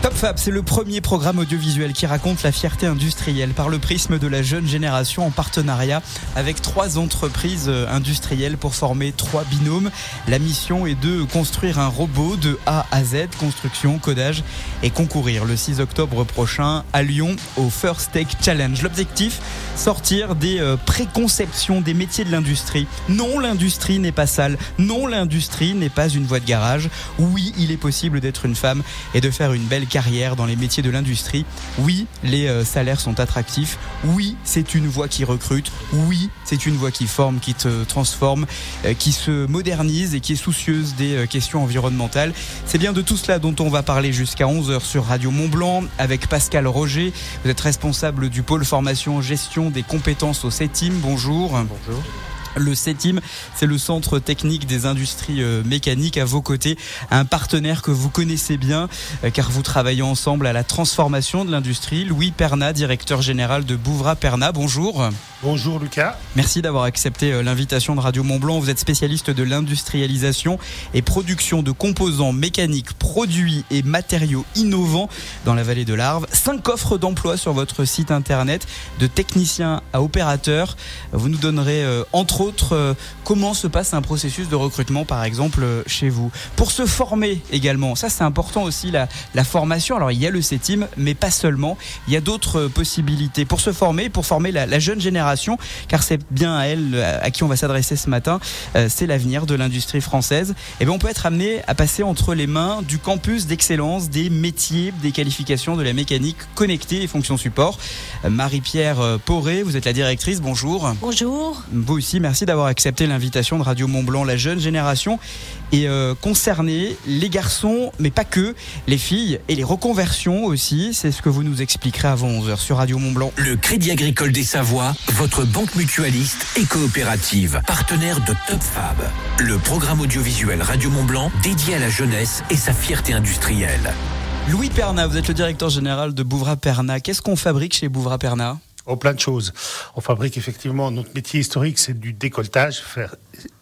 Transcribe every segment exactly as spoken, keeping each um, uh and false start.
Top Fab, c'est le premier programme audiovisuel qui raconte la fierté industrielle par le prisme de la jeune génération en partenariat avec trois entreprises industrielles pour former trois binômes. La mission est de construire un robot de A à Z, construction, codage et concourir le six octobre prochain à Lyon au First Tech Challenge. L'objectif, sortir des préconceptions des métiers de l'industrie. Non, l'industrie n'est pas sale. Non, l'industrie n'est pas une voie de garage. Oui, il est possible d'être une femme et de faire une belle carrière dans les métiers de l'industrie. Oui, les euh, salaires sont attractifs. Oui, c'est une voie qui recrute. Oui, c'est une voie qui forme, qui te transforme, euh, qui se modernise et qui est soucieuse des euh, questions environnementales. C'est bien de tout cela dont on va parler jusqu'à onze heures sur Radio Mont-Blanc avec Pascal Roger. Vous êtes responsable du pôle formation gestion des compétences au CETIM. Bonjour. Bonjour. Le CETIM, c'est le Centre technique des industries euh, mécaniques. À vos côtés, un partenaire que vous connaissez bien, euh, car vous travaillez ensemble à la transformation de l'industrie. Louis Perna, directeur général de Bouvra Perna. Bonjour. Bonjour Lucas. Merci d'avoir accepté euh, l'invitation de Radio Mont-Blanc. Vous êtes spécialiste de l'industrialisation et production de composants mécaniques, produits et matériaux innovants dans la vallée de l'Arve. Cinq offres d'emploi sur votre site internet, de technicien à opérateur. Vous nous donnerez euh, entre autres, euh, comment se passe un processus de recrutement, par exemple, euh, chez vous. Pour se former également, ça c'est important aussi, la, la formation. Alors il y a le CETIM, mais pas seulement. Il y a d'autres euh, possibilités. Pour se former, pour former la, la jeune génération, car c'est bien à elle à, à qui on va s'adresser ce matin, euh, c'est l'avenir de l'industrie française. Et bien on peut être amené à passer entre les mains du campus d'excellence, des métiers, des qualifications de la mécanique connectée et fonction support. Euh, Marie-Pierre Poré, vous êtes la directrice, bonjour. Bonjour. Vous aussi, merci. Merci d'avoir accepté l'invitation de Radio Mont-Blanc. La jeune génération est euh, concernée, les garçons, mais pas que, les filles et les reconversions aussi. C'est ce que vous nous expliquerez avant onze heures sur Radio Mont-Blanc. Le Crédit Agricole des Savoies, votre banque mutualiste et coopérative, partenaire de Top Fab, le programme audiovisuel Radio Mont-Blanc dédié à la jeunesse et sa fierté industrielle. Louis Perna, vous êtes le directeur général de Bouvra Perna. Qu'est-ce qu'on fabrique chez Bouvra Perna ? Oh, plein de choses. On fabrique effectivement, notre métier historique, c'est du décolletage. Faire,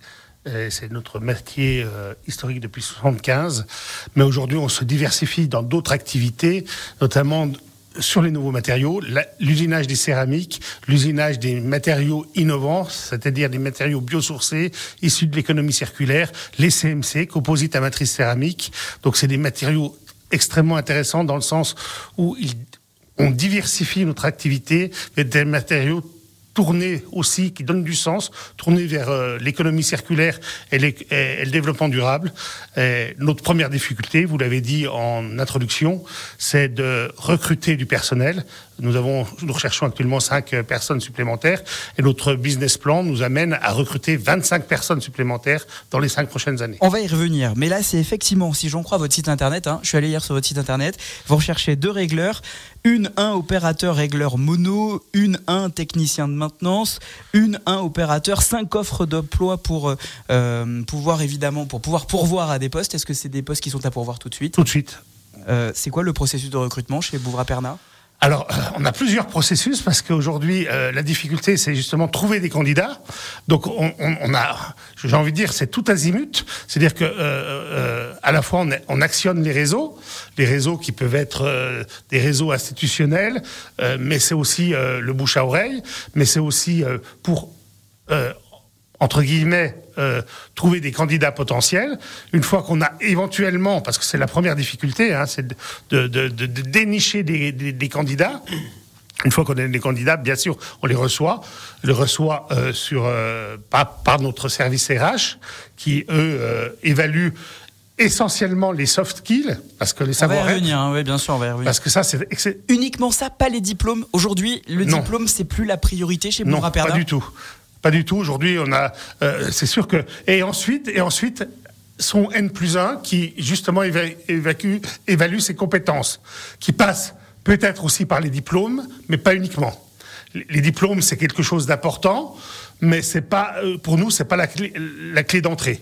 c'est notre métier euh, historique depuis soixante-quinze. Mais aujourd'hui, on se diversifie dans d'autres activités, notamment sur les nouveaux matériaux, la, l'usinage des céramiques, l'usinage des matériaux innovants, c'est-à-dire des matériaux biosourcés, issus de l'économie circulaire, les C M C, composites à matrice céramique. Donc, c'est des matériaux extrêmement intéressants dans le sens où ils on diversifie notre activité avec des matériaux tournés aussi, qui donnent du sens, tournés vers euh, l'économie circulaire et, les, et, et le développement durable. Et notre première difficulté, vous l'avez dit en introduction, c'est de recruter du personnel. Nous avons, nous recherchons actuellement cinq personnes supplémentaires et notre business plan nous amène à recruter vingt-cinq personnes supplémentaires dans les cinq prochaines années. On va y revenir, mais là c'est effectivement, si j'en crois votre site internet, hein, je suis allé hier sur votre site internet, vous recherchez deux régleurs, une, un opérateur régleur mono, une, un technicien de maintenance, une, un opérateur, cinq offres d'emploi pour euh, pouvoir évidemment, pour pouvoir pourvoir à des postes. Est-ce que c'est des postes qui sont à pourvoir tout de suite ? Tout de suite. Euh, c'est quoi le processus de recrutement chez Bouvra Perna ? Alors, on a plusieurs processus parce qu'aujourd'hui, euh, la difficulté, c'est justement trouver des candidats. Donc, on, on, on a, j'ai envie de dire, c'est tout azimut. C'est-à-dire que, euh, euh, à la fois, on, on actionne les réseaux, les réseaux qui peuvent être euh, des réseaux institutionnels, euh, mais c'est aussi euh, le bouche à oreille, mais c'est aussi euh, pour euh, entre guillemets, euh, trouver des candidats potentiels. Une fois qu'on a éventuellement, parce que c'est la première difficulté, hein, c'est de, de, de, de dénicher des, des, des candidats. Une fois qu'on a des candidats, bien sûr, on les reçoit. On les reçoit euh, sur, euh, par, par notre service R H, qui, eux, euh, évaluent essentiellement les soft skills, parce que les savoir-être... On va y revenir, hein, oui, bien sûr, on va y revenir. Parce que ça, c'est... c'est... Uniquement ça, pas les diplômes. Aujourd'hui, le non. diplôme, c'est plus la priorité chez Bouvra Perna ? Non, pas du tout. Pas du tout. Aujourd'hui, on a, euh, c'est sûr que, et ensuite, et ensuite, son N plus un qui, justement, évacue, évalue ses compétences, qui passe peut-être aussi par les diplômes, mais pas uniquement. Les diplômes, c'est quelque chose d'important, mais c'est pas, pour nous, c'est pas la clé, la clé d'entrée.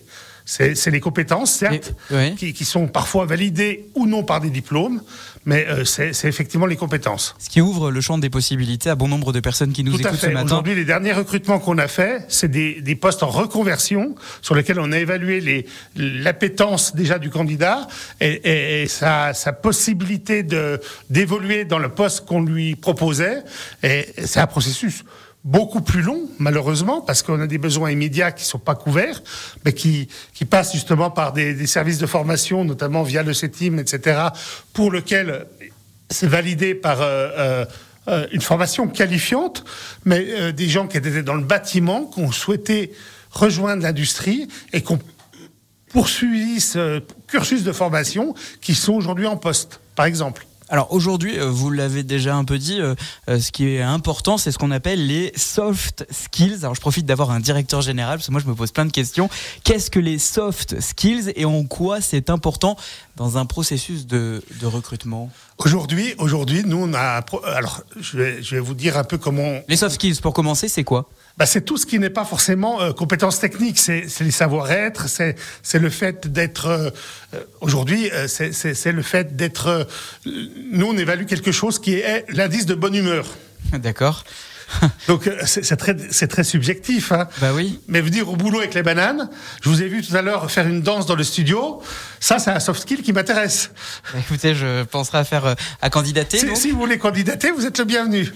C'est, c'est les compétences, certes, Et, ouais. qui, qui sont parfois validées ou non par des diplômes, mais euh, c'est, c'est effectivement les compétences. Ce qui ouvre le champ des possibilités à bon nombre de personnes qui nous Tout à écoutent fait. ce matin. Aujourd'hui, les derniers recrutements qu'on a faits, c'est des, des postes en reconversion sur lesquels on a évalué les, l'appétence déjà du candidat et, et, et sa, sa possibilité de, d'évoluer dans le poste qu'on lui proposait. Et c'est un processus beaucoup plus long, malheureusement, parce qu'on a des besoins immédiats qui ne sont pas couverts, mais qui, qui passent justement par des, des services de formation, notamment via le CETIM, et cetera, pour lequel c'est validé par euh, euh, une formation qualifiante, mais euh, des gens qui étaient dans le bâtiment, qui ont souhaité rejoindre l'industrie et qui ont poursuivi ce cursus de formation, qui sont aujourd'hui en poste, par exemple. Alors aujourd'hui, vous l'avez déjà un peu dit, euh, ce qui est important, c'est ce qu'on appelle les soft skills. Alors je profite d'avoir un directeur général, parce que moi je me pose plein de questions. Qu'est-ce que les soft skills et en quoi c'est important dans un processus de, de recrutement ? Aujourd'hui, aujourd'hui, nous on a... Alors, je vais, je vais vous dire un peu comment... Les soft skills, pour commencer, c'est quoi ? Bah, c'est tout ce qui n'est pas forcément euh, compétences techniques, c'est, c'est les savoir-être, c'est, c'est le fait d'être... Euh, aujourd'hui, euh, c'est, c'est, c'est le fait d'être... Euh, nous, on évalue quelque chose qui est l'indice de bonne humeur. D'accord. Donc, euh, c'est, c'est, très, c'est très subjectif. Hein. Bah oui. Mais venir au boulot avec les bananes, je vous ai vu tout à l'heure faire une danse dans le studio, ça, c'est un soft skill qui m'intéresse. Bah écoutez, je penserai à faire... à candidater. Si, si vous voulez candidater, vous êtes le bienvenu.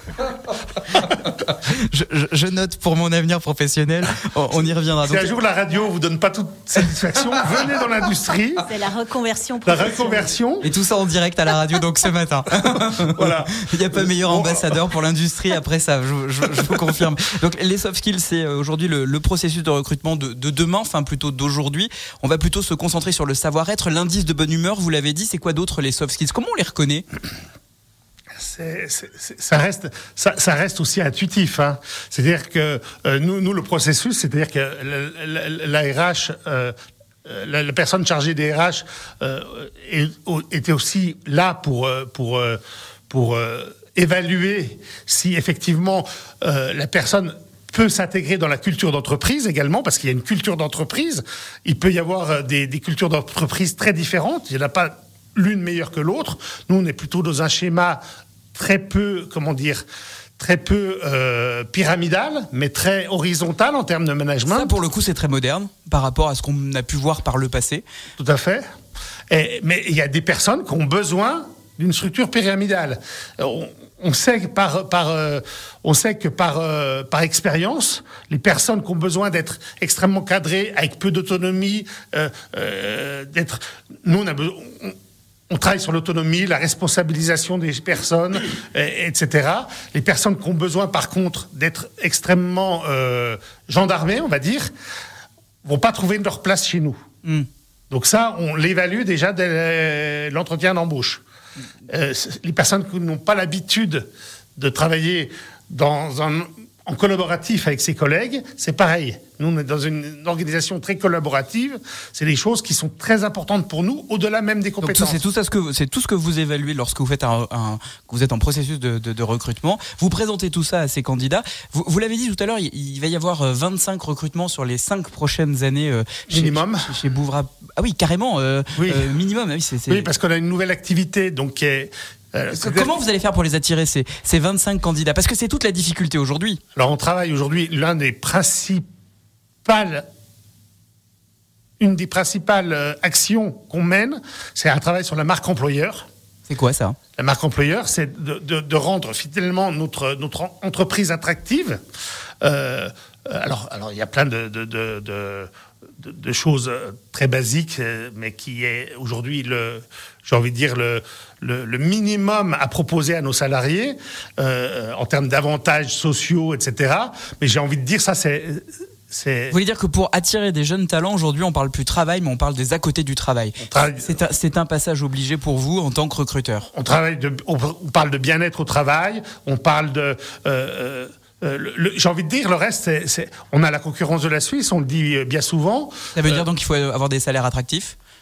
je, je, je note pour mon avenir professionnel, on, on y reviendra. Si Donc, un jour la radio vous donne pas toute satisfaction, venez dans l'industrie. C'est la reconversion La professionnelle. reconversion. et tout ça en direct à la radio, donc ce matin. Voilà. Il n'y a pas meilleur Bon. ambassadeur pour l'industrie après ça, je, je, je vous confirme. Donc les soft skills, c'est aujourd'hui le, le processus de recrutement de, de demain, enfin plutôt d'aujourd'hui. On va plutôt se concentrer sur le savoir-être, l'indice de bonne humeur, vous l'avez dit, c'est quoi d'autre les soft skills ? Comment on les reconnaît ? C'est, c'est, c'est, ça reste, ça, ça reste aussi intuitif. Hein. C'est-à-dire que euh, nous, nous, le processus, c'est-à-dire que la, la, la R H, euh, la, la personne chargée des R H euh, est, était aussi là pour pour pour euh, évaluer si effectivement euh, la personne peut s'intégrer dans la culture d'entreprise également, parce qu'il y a une culture d'entreprise. Il peut y avoir des, des cultures d'entreprise très différentes. Il n'y en a pas l'une meilleure que l'autre. Nous, on est plutôt dans un schéma très peu, comment dire, très peu euh, pyramidal, mais très horizontal en termes de management. Ça, pour le coup, c'est très moderne par rapport à ce qu'on a pu voir par le passé. Tout à fait. Et, mais il y a des personnes qui ont besoin d'une structure pyramidale. On, on sait que par, par, euh, on sait que par, euh, par expérience, les personnes qui ont besoin d'être extrêmement cadrées, avec peu d'autonomie, euh, euh, d'être, nous on a besoin. On, On travaille sur l'autonomie, la responsabilisation des personnes, et cetera. Les personnes qui ont besoin, par contre, d'être extrêmement euh, gendarmées, on va dire, vont pas trouver leur place chez nous. Mm. Donc ça, on l'évalue déjà dès l'entretien d'embauche. Euh, les personnes qui n'ont pas l'habitude de travailler dans un, en collaboratif avec ses collègues, c'est pareil. Nous, on est dans une organisation très collaborative. C'est des choses qui sont très importantes pour nous, au-delà même des compétences. Donc, c'est tout ça, ce que, c'est tout ce que vous évaluez lorsque vous faites un, un que vous êtes en processus de, de, de recrutement. Vous présentez tout ça à ces candidats. Vous, vous l'avez dit tout à l'heure, il, il va y avoir vingt-cinq recrutements sur les cinq prochaines années. Euh, chez, minimum. Chez, chez Bouvra. Ah oui, carrément. Euh, oui. Euh, minimum. Ah oui, c'est, c'est... oui, parce qu'on a une nouvelle activité, donc qui est. Euh, Comment vous allez faire pour les attirer, ces, ces vingt-cinq candidats ? Parce que c'est toute la difficulté aujourd'hui. Alors, on travaille aujourd'hui, l'un des principaux. Une des principales actions qu'on mène, c'est un travail sur la marque employeur. C'est quoi ça ? La marque employeur, c'est de, de, de rendre fidèlement notre, notre entreprise attractive. Euh, alors, alors, il y a plein de, de, de, de, de, de choses très basiques, mais qui est aujourd'hui, le, j'ai envie de dire, le, le, le minimum à proposer à nos salariés euh, en termes d'avantages sociaux, et cetera. Mais j'ai envie de dire, ça, c'est... C'est... Vous voulez dire que pour attirer des jeunes talents, aujourd'hui, on parle plus travail, mais on parle des à côté du travail. Travaille... C'est, un, c'est un passage obligé pour vous en tant que recruteur. On travaille, de, on, on parle de bien-être au travail, on parle de. Euh, euh, le, le, j'ai envie de dire, le reste, c'est, c'est, on a la concurrence de la Suisse, on le dit bien souvent. Ça veut euh, dire donc qu'il faut avoir des salaires attractifs ?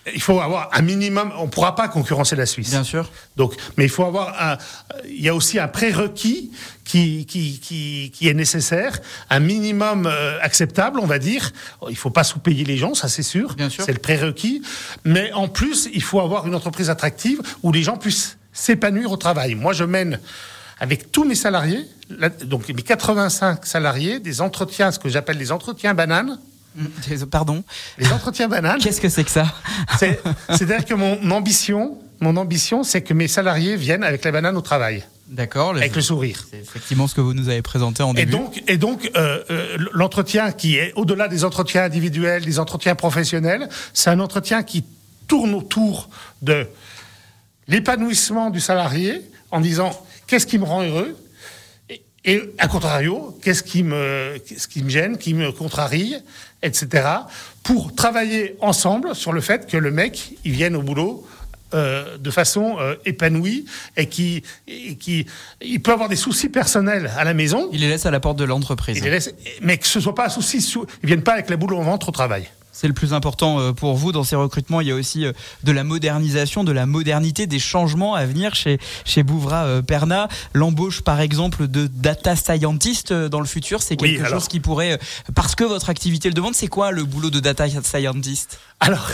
il faut avoir un minimum. On ne pourra pas concurrencer la Suisse. Bien sûr. Donc, mais il faut avoir un. Il y a aussi un prérequis qui qui qui, qui est nécessaire, un minimum euh, acceptable, on va dire. Il ne faut pas sous-payer les gens, ça c'est sûr. Bien sûr. C'est le prérequis. Mais en plus, il faut avoir une entreprise attractive où les gens puissent s'épanouir au travail. Moi, je mène avec tous mes salariés, donc mes quatre-vingt-cinq salariés, des entretiens, ce que j'appelle les entretiens bananes. Pardon. Les entretiens bananes. Qu'est-ce que c'est que ça ? c'est, C'est-à-dire que mon ambition, mon ambition, c'est que mes salariés viennent avec la banane au travail. D'accord. Le... Avec le sourire. C'est effectivement ce que vous nous avez présenté en début. Et donc, et donc euh, euh, l'entretien qui est au-delà des entretiens individuels, des entretiens professionnels, c'est un entretien qui tourne autour de l'épanouissement du salarié en disant qu'est-ce qui me rend heureux et, et à contrario, qu'est-ce qui me, qu'est-ce qui me gêne, qui me contrarie, et cetera. Pour travailler ensemble sur le fait que le mec, il vienne au boulot euh, de façon euh, épanouie et qui, et qui, il peut avoir des soucis personnels à la maison. Il les laisse à la porte de l'entreprise. Il les laisse, mais que ce soit pas un souci, ils viennent pas avec la boule au ventre au travail. C'est le plus important pour vous dans ces recrutements. Il y a aussi de la modernisation, de la modernité, des changements à venir chez, chez Bouvra Perna. L'embauche, par exemple, de data scientist dans le futur, c'est quelque oui, alors... chose qui pourrait... Parce que votre activité le demande, c'est quoi le boulot de data scientist ? Alors...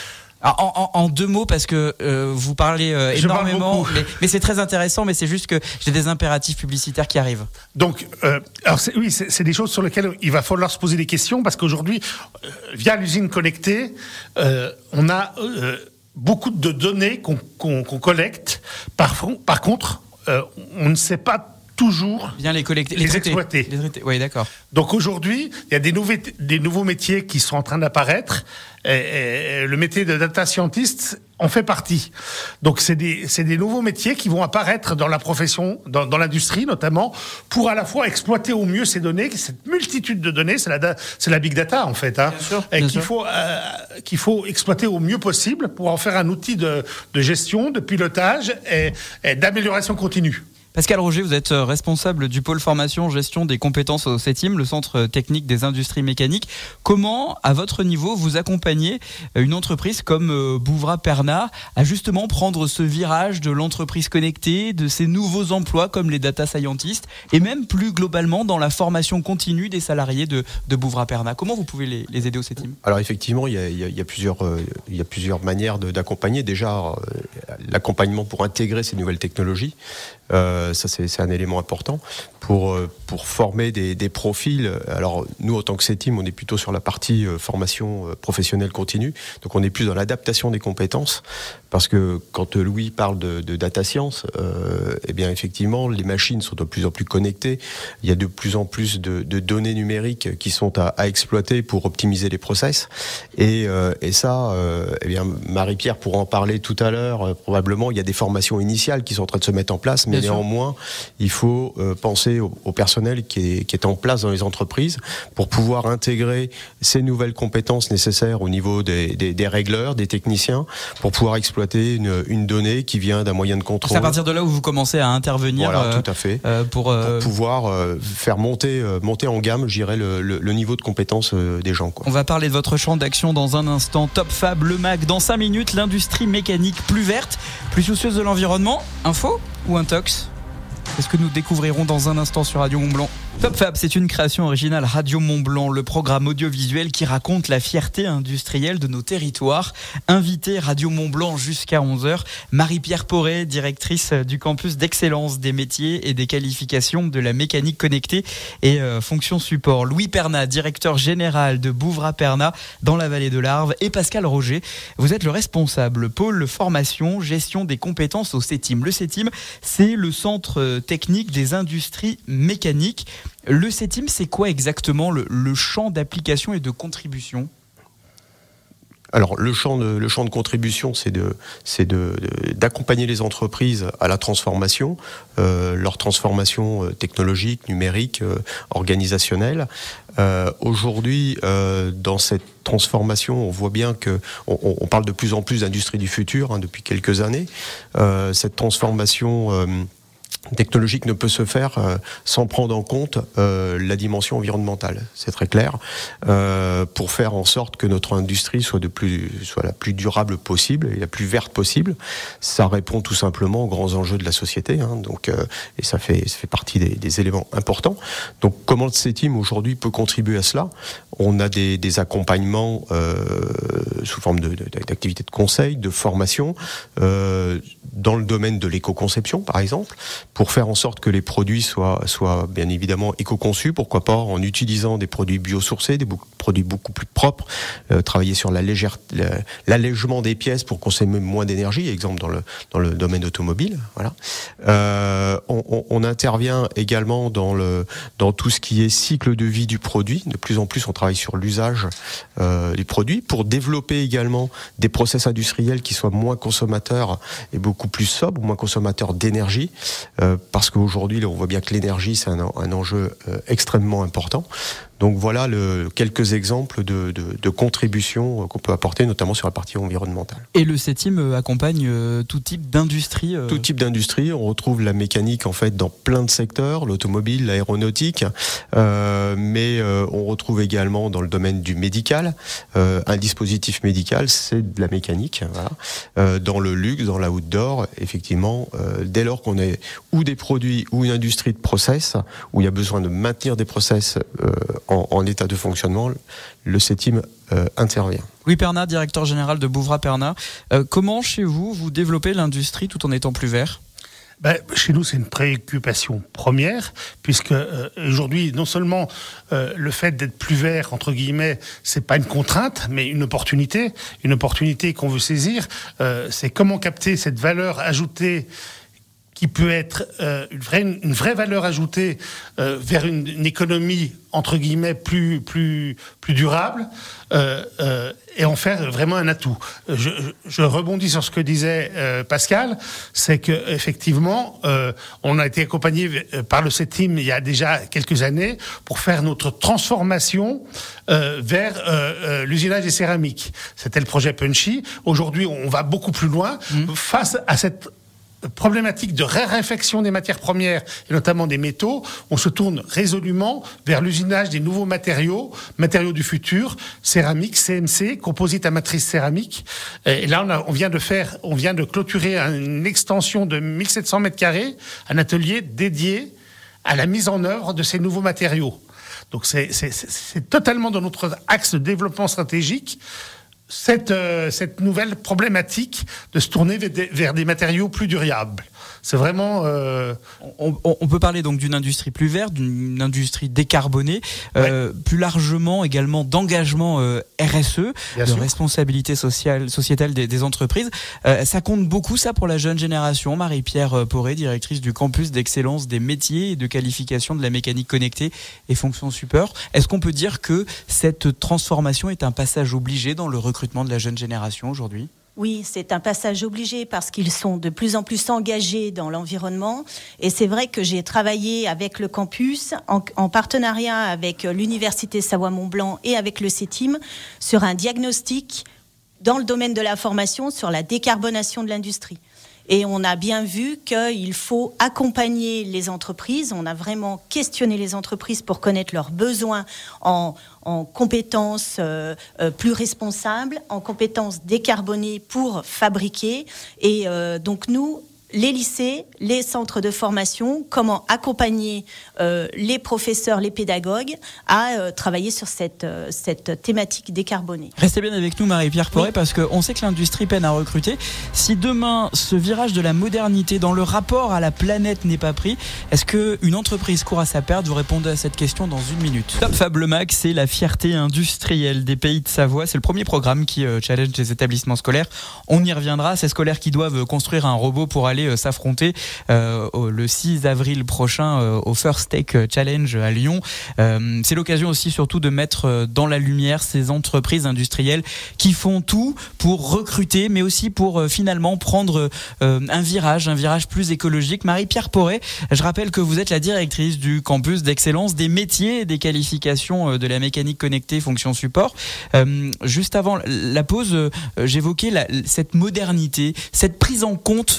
En, en, en deux mots, parce que euh, vous parlez euh, énormément, mais, mais c'est très intéressant, mais c'est juste que j'ai des impératifs publicitaires qui arrivent. Donc, euh, alors c'est, oui, c'est, c'est des choses sur lesquelles il va falloir se poser des questions, parce qu'aujourd'hui, euh, via l'usine connectée, euh, on a euh, beaucoup de données qu'on, qu'on, qu'on collecte. Par, par contre, euh, on ne sait pas toujours bien les collecter, les, les exploiter. Les traiter. Oui, d'accord. Donc aujourd'hui, il y a des, nouveaux, des nouveaux métiers qui sont en train d'apparaître. Et, et, et le métier de data scientist en fait partie. Donc c'est des, c'est des nouveaux métiers qui vont apparaître dans la profession, dans, dans l'industrie notamment, pour à la fois exploiter au mieux ces données, cette multitude de données, c'est la, c'est la big data en fait, hein, bien sûr, et bien qu'il sûr. faut euh, qu'il faut exploiter au mieux possible pour en faire un outil de, de gestion, de pilotage et, et d'amélioration continue. Pascal Roger, vous êtes responsable du pôle formation gestion des compétences au CETIM, le centre technique des industries mécaniques. Comment, à votre niveau, vous accompagnez une entreprise comme Bouvra Perna à justement prendre ce virage de l'entreprise connectée, de ces nouveaux emplois comme les data scientists et même plus globalement dans la formation continue des salariés de, de Bouvra Perna? Comment vous pouvez les, les aider au CETIM? Alors effectivement, il y a, il y a, il y a, plusieurs, euh, il y a plusieurs manières de, d'accompagner. Déjà, euh, l'accompagnement pour intégrer ces nouvelles technologies. Euh, ça c'est, c'est un élément important pour, pour former des, des profils. Alors nous en tant que CETIM, on est plutôt sur la partie euh, formation euh, professionnelle continue, donc on est plus dans l'adaptation des compétences, parce que quand Louis parle de, de data science, euh, eh bien effectivement les machines sont de plus en plus connectées, il y a de plus en plus de, de données numériques qui sont à, à exploiter pour optimiser les process, et, euh, et ça, euh, eh bien Marie-Pierre pourra en parler tout à l'heure, euh, probablement il y a des formations initiales qui sont en train de se mettre en place, mais Bien néanmoins, sûr. il faut euh, penser au, au personnel qui est, qui est en place dans les entreprises pour pouvoir intégrer ces nouvelles compétences nécessaires au niveau des, des, des régleurs, des techniciens, pour pouvoir exploiter une, une donnée qui vient d'un moyen de contrôle. C'est à partir de là où vous commencez à intervenir. Voilà, euh, tout à fait. Euh, pour, euh... pour pouvoir euh, faire monter, euh, monter en gamme, je dirais, le, le, le niveau de compétences euh, des gens, quoi. On va parler de votre champ d'action dans un instant. Top Fab, le M A C, dans cinq minutes, l'industrie mécanique plus verte, plus soucieuse de l'environnement. Info ou intox? C'est ce que nous découvrirons dans un instant sur Radio Mont-Blanc. Top Fab, c'est une création originale Radio Mont-Blanc, le programme audiovisuel qui raconte la fierté industrielle de nos territoires. Invité Radio Mont-Blanc jusqu'à onze heures, Marie-Pierre Poré, directrice du campus d'excellence des métiers et des qualifications de la mécanique connectée et euh, fonction support. Louis Perna, directeur général de Bouvra Perna dans la vallée de l'Arve, et Pascal Roger, vous êtes le responsable pôle formation, gestion des compétences au CETIM. Le CETIM, c'est le centre technique des industries mécaniques. Le CETIM, c'est quoi exactement le, le champ d'application et de contribution ? Alors le champ de, le champ de contribution, c'est, de, c'est de, de, d'accompagner les entreprises à la transformation, euh, leur transformation technologique, numérique, euh, organisationnelle. Euh, aujourd'hui, euh, dans cette transformation, on voit bien que on, on parle de plus en plus d'industrie du futur hein, depuis quelques années. Euh, cette transformation euh, technologique ne peut se faire euh, sans prendre en compte euh, la dimension environnementale, c'est très clair, euh, pour faire en sorte que notre industrie soit de plus soit la plus durable possible et la plus verte possible. Ça répond tout simplement aux grands enjeux de la société, hein, donc euh, et ça fait ça fait partie des, des éléments importants. Donc comment le CETIM aujourd'hui peut contribuer à cela? On a des, des accompagnements euh, sous forme de, de, d'activités de conseil, de formation euh, dans le domaine de l'éco-conception par exemple, pour faire en sorte que les produits soient, soient bien évidemment éco-conçus, pourquoi pas en utilisant des produits biosourcés, des beaucoup, produits beaucoup plus propres, euh, travailler sur la légère, la, l'allègement des pièces pour consommer moins d'énergie, exemple dans le, dans le domaine automobile. Voilà. Euh, on, on, on intervient également dans, le, dans tout ce qui est cycle de vie du produit. De plus en plus, on travaille sur l'usage euh, du produit pour développer également des process industriels qui soient moins consommateurs et beaucoup plus sobres, moins consommateurs d'énergie. Euh, parce qu'aujourd'hui, on voit bien que l'énergie, c'est un, un enjeu euh, extrêmement important. Donc voilà le, quelques exemples de, de, de contributions qu'on peut apporter, notamment sur la partie environnementale. Et le CETIM accompagne euh, tout type d'industrie euh... Tout type d'industrie. On retrouve la mécanique en fait dans plein de secteurs, l'automobile, l'aéronautique, euh, mais euh, on retrouve également dans le domaine du médical. Euh, un dispositif médical, c'est de la mécanique. Voilà. Euh, dans le luxe, dans l'outdoor, effectivement, euh, dès lors qu'on est ou des produits ou une industrie de process, où il y a besoin de maintenir des process euh, En, en état de fonctionnement, le CETIM euh, intervient. Louis Perna, directeur général de Bouvra Perna. Euh, comment, chez vous, vous développez l'industrie tout en étant plus vert ? Ben, chez nous, c'est une préoccupation première, puisque euh, aujourd'hui, non seulement euh, le fait d'être plus vert, entre guillemets, c'est pas une contrainte, mais une opportunité, une opportunité qu'on veut saisir. Euh, c'est comment capter cette valeur ajoutée qui peut être euh, une, vraie, une vraie valeur ajoutée euh, vers une, une économie entre guillemets plus plus plus durable euh, euh, et en faire vraiment un atout. Je, je rebondis sur ce que disait euh, Pascal, c'est que effectivement euh, on a été accompagné par le CETIM il y a déjà quelques années pour faire notre transformation euh, vers euh, euh, l'usinage des céramiques. C'était le projet Punchy. Aujourd'hui, on va beaucoup plus loin mmh. face à cette problématique de raréfaction des matières premières et notamment des métaux. On se tourne résolument vers l'usinage des nouveaux matériaux, matériaux du futur, céramique, C M C, composite à matrice céramique. Et là, on, a, on vient de faire, on vient de clôturer une extension de mille sept cents mètres carrés, un atelier dédié à la mise en œuvre de ces nouveaux matériaux. Donc c'est, c'est, c'est totalement dans notre axe de développement stratégique. Cette, euh, cette nouvelle problématique de se tourner vers des, vers des matériaux plus durables. C'est vraiment... Euh... On, on, on peut parler donc d'une industrie plus verte, d'une industrie décarbonée, euh, ouais. plus largement également d'engagement euh, R S E, Bien de sûr. responsabilité sociale, sociétale des, des entreprises. Euh, ça compte beaucoup ça pour la jeune génération. Marie-Pierre Poré, directrice du campus d'excellence des métiers et de qualification de la mécanique connectée et fonction support. Est-ce qu'on peut dire que cette transformation est un passage obligé dans le recrutement de la jeune génération aujourd'hui ? Oui, c'est un passage obligé parce qu'ils sont de plus en plus engagés dans l'environnement. Et c'est vrai que j'ai travaillé avec le campus, en, en partenariat avec l'Université Savoie-Mont-Blanc et avec le CETIM, sur un diagnostic dans le domaine de la formation sur la décarbonation de l'industrie. Et on a bien vu qu'il faut accompagner les entreprises. On a vraiment questionné les entreprises pour connaître leurs besoins en, en compétences euh, euh, plus responsables, en compétences décarbonées pour fabriquer. Et euh, donc nous, les lycées, les centres de formation, comment accompagner euh, les professeurs, les pédagogues à euh, travailler sur cette, euh, cette thématique décarbonée. Restez bien avec nous Marie-Pierre Poré, oui. parce qu'on sait que l'industrie peine à recruter. Si demain ce virage de la modernité dans le rapport à la planète n'est pas pris, est-ce qu'une entreprise court à sa perte? Vous répondez à cette question dans une minute. Top Fab Le Mac, c'est la fierté industrielle des Pays de Savoie. C'est le premier programme qui euh, challenge les établissements scolaires. On y reviendra. Ces scolaires qui doivent construire un robot pour aller s'affronter euh, le six avril prochain euh, au First Tech Challenge à Lyon. Euh, c'est l'occasion aussi surtout de mettre dans la lumière ces entreprises industrielles qui font tout pour recruter, mais aussi pour euh, finalement prendre euh, un virage, un virage plus écologique. Marie-Pierre Poré, je rappelle que vous êtes la directrice du campus d'excellence des métiers et des qualifications de la mécanique connectée fonction support. Euh, juste avant la pause, euh, j'évoquais la, cette modernité, cette prise en compte de la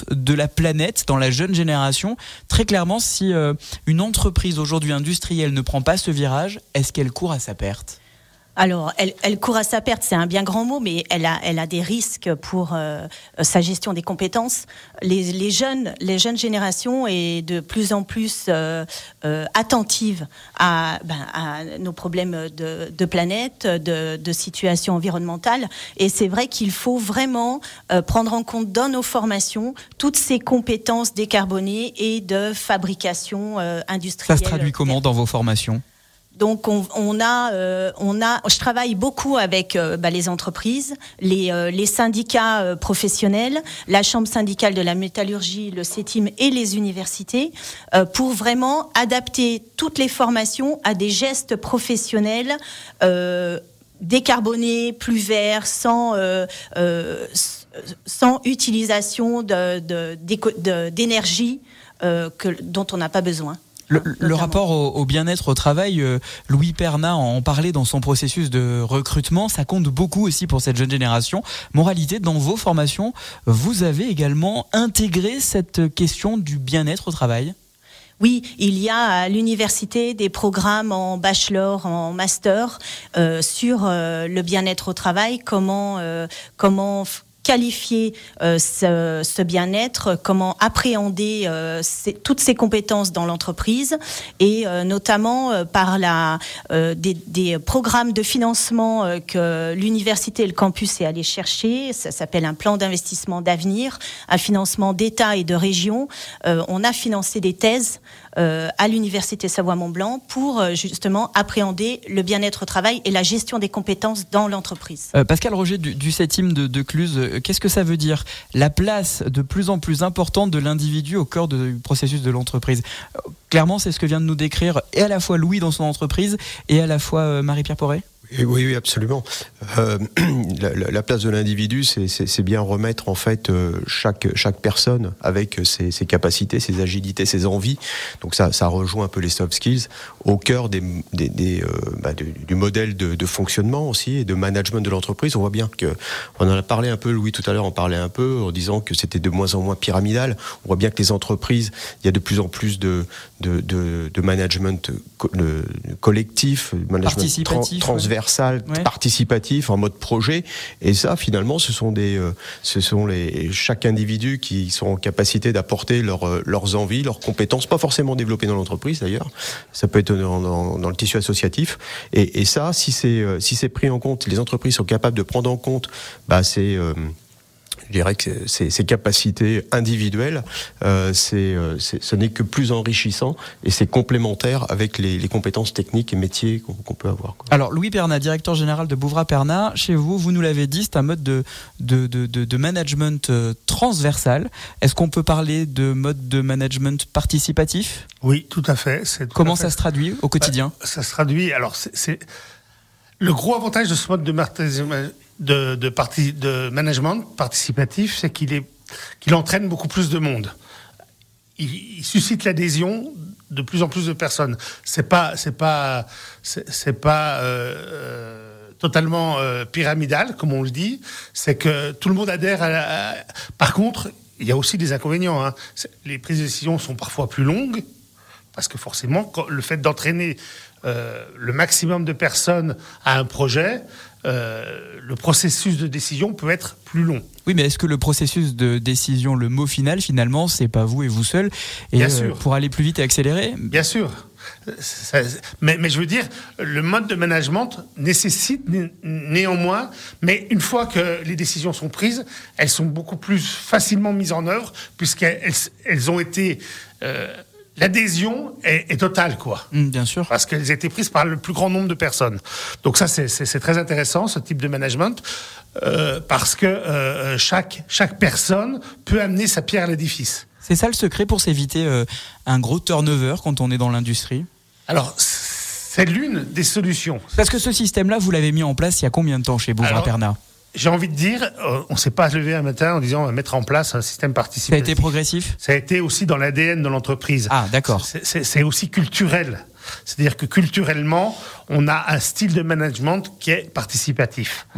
planète dans la jeune génération. Très clairement, si euh, une entreprise aujourd'hui industrielle ne prend pas ce virage, est-ce qu'elle court à sa perte ? Alors, elle, elle court à sa perte, c'est un bien grand mot, mais elle a, elle a des risques pour euh, sa gestion des compétences. Les, les jeunes, les jeunes générations est de plus en plus euh, euh, attentive à, ben, à nos problèmes de, de planète, de, de situation environnementale. Et c'est vrai qu'il faut vraiment euh, prendre en compte dans nos formations toutes ces compétences décarbonées et de fabrication euh, industrielle. Ça se traduit comment dans vos formations ? Donc on, on a, euh, on a, je travaille beaucoup avec euh, bah, les entreprises, les, euh, les syndicats euh, professionnels, la chambre syndicale de la métallurgie, le CETIM et les universités, euh, pour vraiment adapter toutes les formations à des gestes professionnels euh, décarbonés, plus verts, sans euh, euh, sans utilisation de, de, de, d'énergie euh, que, dont on n'a pas besoin. Le, le rapport au, au bien-être au travail, euh, Louis Perna en parlait dans son processus de recrutement, ça compte beaucoup aussi pour cette jeune génération. Moralité, dans vos formations, vous avez également intégré cette question du bien-être au travail ? Oui, il y a à l'université des programmes en bachelor, en master euh, sur euh, le bien-être au travail, comment euh, comment qualifier euh, ce, ce bien-être, comment appréhender euh, ces, toutes ces compétences dans l'entreprise et euh, notamment euh, par la, euh, des, des programmes de financement euh, que l'université et le campus est allé chercher. Ça s'appelle un plan d'investissement d'avenir, un financement d'État et de région. Euh, on a financé des thèses Euh, à l'université Savoie-Mont-Blanc pour euh, justement appréhender le bien-être au travail et la gestion des compétences dans l'entreprise. Euh, Pascal Roger du, du CETIM de, de Cluse, euh, qu'est-ce que ça veut dire ? La place de plus en plus importante de l'individu au cœur du processus de l'entreprise. Euh, clairement, c'est ce que vient de nous décrire et à la fois Louis dans son entreprise et à la fois euh, Marie-Pierre Porret ? Oui, oui, absolument. Euh, la, la place de l'individu, c'est, c'est, c'est bien remettre en fait euh, chaque chaque personne avec ses, ses capacités, ses agilités, ses envies. Donc ça, ça rejoint un peu les soft skills au cœur des, des, des euh, bah, du, du modèle de, de fonctionnement aussi et de management de l'entreprise. On voit bien que on en a parlé un peu, Louis tout à l'heure en parlait un peu en disant que c'était de moins en moins pyramidal. On voit bien que les entreprises, il y a de plus en plus de de de, de management co- de, collectif, management tra- transversal. Ouais. Participatif en mode projet, et ça finalement ce sont des euh, ce sont les chaque individu qui sont en capacité d'apporter leur, euh, leurs envies, leurs compétences, pas forcément développées dans l'entreprise d'ailleurs, ça peut être dans, dans, dans le tissu associatif, et, et ça si c'est euh, si c'est pris en compte, les entreprises sont capables de prendre en compte bah c'est euh, je dirais que ces, ces capacités individuelles, euh, c'est, c'est, ce n'est que plus enrichissant et c'est complémentaire avec les, les compétences techniques et métiers qu'on, qu'on peut avoir, quoi. Alors Louis Perna, directeur général de Bouvra Perna, chez vous, vous nous l'avez dit, c'est un mode de, de, de, de, de management transversal. Est-ce qu'on peut parler de mode de management participatif ? Oui, tout à fait. C'est tout Comment à fait. Ça se traduit au quotidien ? bah, Ça se traduit, alors c'est, c'est... Le gros avantage de ce mode de, de, de, parti, de management participatif, c'est qu'il, est, qu'il entraîne beaucoup plus de monde. Il, il suscite l'adhésion de plus en plus de personnes. C'est pas, c'est pas, c'est, c'est pas euh, totalement euh, pyramidal, comme on le dit. C'est que tout le monde adhère à la... À... Par contre, il y a aussi des inconvénients, hein. Les prises de décision sont parfois plus longues, parce que forcément, le fait d'entraîner euh, le maximum de personnes à un projet, euh, le processus de décision peut être plus long. Oui, mais est-ce que le processus de décision, le mot final, finalement, c'est pas vous et vous seul, et Bien euh, sûr. Pour aller plus vite et accélérer ? Bien sûr. Ça, mais, mais je veux dire, le mode de management nécessite né, néanmoins, mais une fois que les décisions sont prises, elles sont beaucoup plus facilement mises en œuvre, puisqu'elles elles, elles ont été... Euh, L'adhésion est, est totale, quoi. Mmh, bien sûr. Parce qu'elles étaient prises par le plus grand nombre de personnes. Donc ça, c'est, c'est, c'est très intéressant, ce type de management, euh, parce que euh, chaque, chaque personne peut amener sa pierre à l'édifice. C'est ça le secret pour s'éviter euh, un gros turnover quand on est dans l'industrie ? Alors, c'est l'une des solutions. Parce que ce système-là, vous l'avez mis en place il y a combien de temps chez Bouvra Perna ? J'ai envie de dire, euh, on ne s'est pas levé un matin en disant on va mettre en place un système participatif. Ça a été progressif ? Ça a été aussi dans l'A D N de l'entreprise. Ah, d'accord. C'est, c'est, c'est aussi culturel. C'est-à-dire que culturellement, on a un style de management qui est participatif. Oui.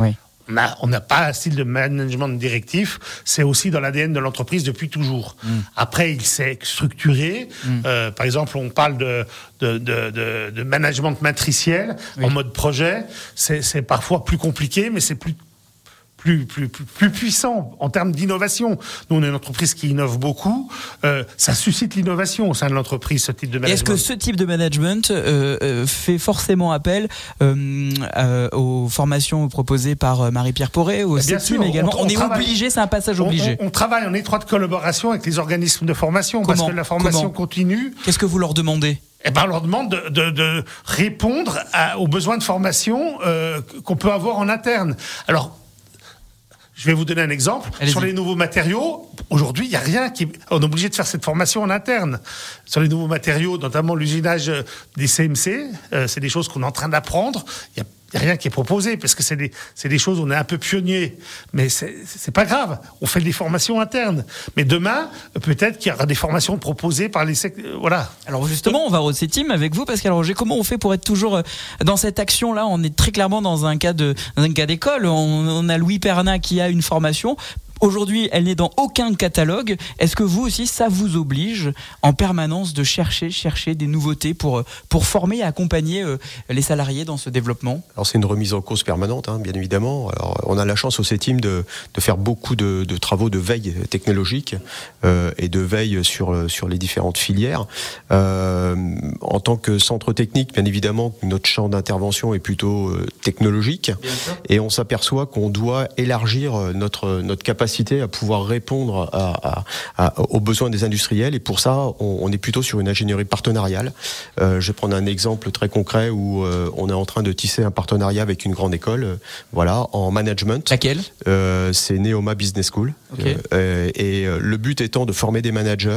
On a, on n'a pas un style de management directif, c'est aussi dans l'A D N de l'entreprise depuis toujours. Mmh. Après, il s'est structuré. Mmh. Euh, par exemple, on parle de, de, de, de, de management matriciel oui. en mode projet. C'est, c'est parfois plus compliqué, mais c'est plus Plus, plus, plus, plus puissant en termes d'innovation. Nous, on est une entreprise qui innove beaucoup. Euh, ça suscite l'innovation au sein de l'entreprise, ce type de management. Est-ce que ce type de management euh, euh, fait forcément appel euh, euh, aux formations proposées par Marie-Pierre Poré, au CETIM également? On, on, on est travaille, obligé, c'est un passage obligé. On, on, on travaille en étroite collaboration avec les organismes de formation. Comment? Parce que la formation Comment? continue. Qu'est-ce que vous leur demandez? Eh ben, on leur demande de, de, de répondre à, aux besoins de formation euh, qu'on peut avoir en interne. Alors, je vais vous donner un exemple. Allez-y. Sur les nouveaux matériaux, aujourd'hui, il n'y a rien qui... On est obligé de faire cette formation en interne. Sur les nouveaux matériaux, notamment l'usinage des C M C, euh, c'est des choses qu'on est en train d'apprendre. Il y a Il n'y a rien qui est proposé, parce que c'est des, c'est des choses où on est un peu pionnier. Mais c'est, c'est pas grave, on fait des formations internes. Mais demain, peut-être qu'il y aura des formations proposées par les... Sec... Voilà. Alors justement, on va au CETIM avec vous, Pascal Roger. Comment on fait pour être toujours dans cette action-là? On est très clairement dans un cas, de, dans un cas d'école. On, on a Louis Perna qui a une formation. Aujourd'hui, elle n'est dans aucun catalogue. Est-ce que vous aussi, ça vous oblige en permanence de chercher, chercher des nouveautés pour, pour former et accompagner euh, les salariés dans ce développement? Alors c'est une remise en cause permanente, hein, bien évidemment. Alors, on a la chance au CETIM de, de faire beaucoup de, de travaux de veille technologique euh, et de veille sur, sur les différentes filières. Euh, en tant que centre technique, bien évidemment, notre champ d'intervention est plutôt euh, technologique. Et on s'aperçoit qu'on doit élargir notre, notre capacité à pouvoir répondre à, à, à, aux besoins des industriels, et pour ça on, on est plutôt sur une ingénierie partenariale. Euh, je vais prendre un exemple très concret où euh, on est en train de tisser un partenariat avec une grande école, euh, voilà, en management. Laquelle? euh, C'est Neoma Business School. Okay. Euh, et euh, le but étant de former des managers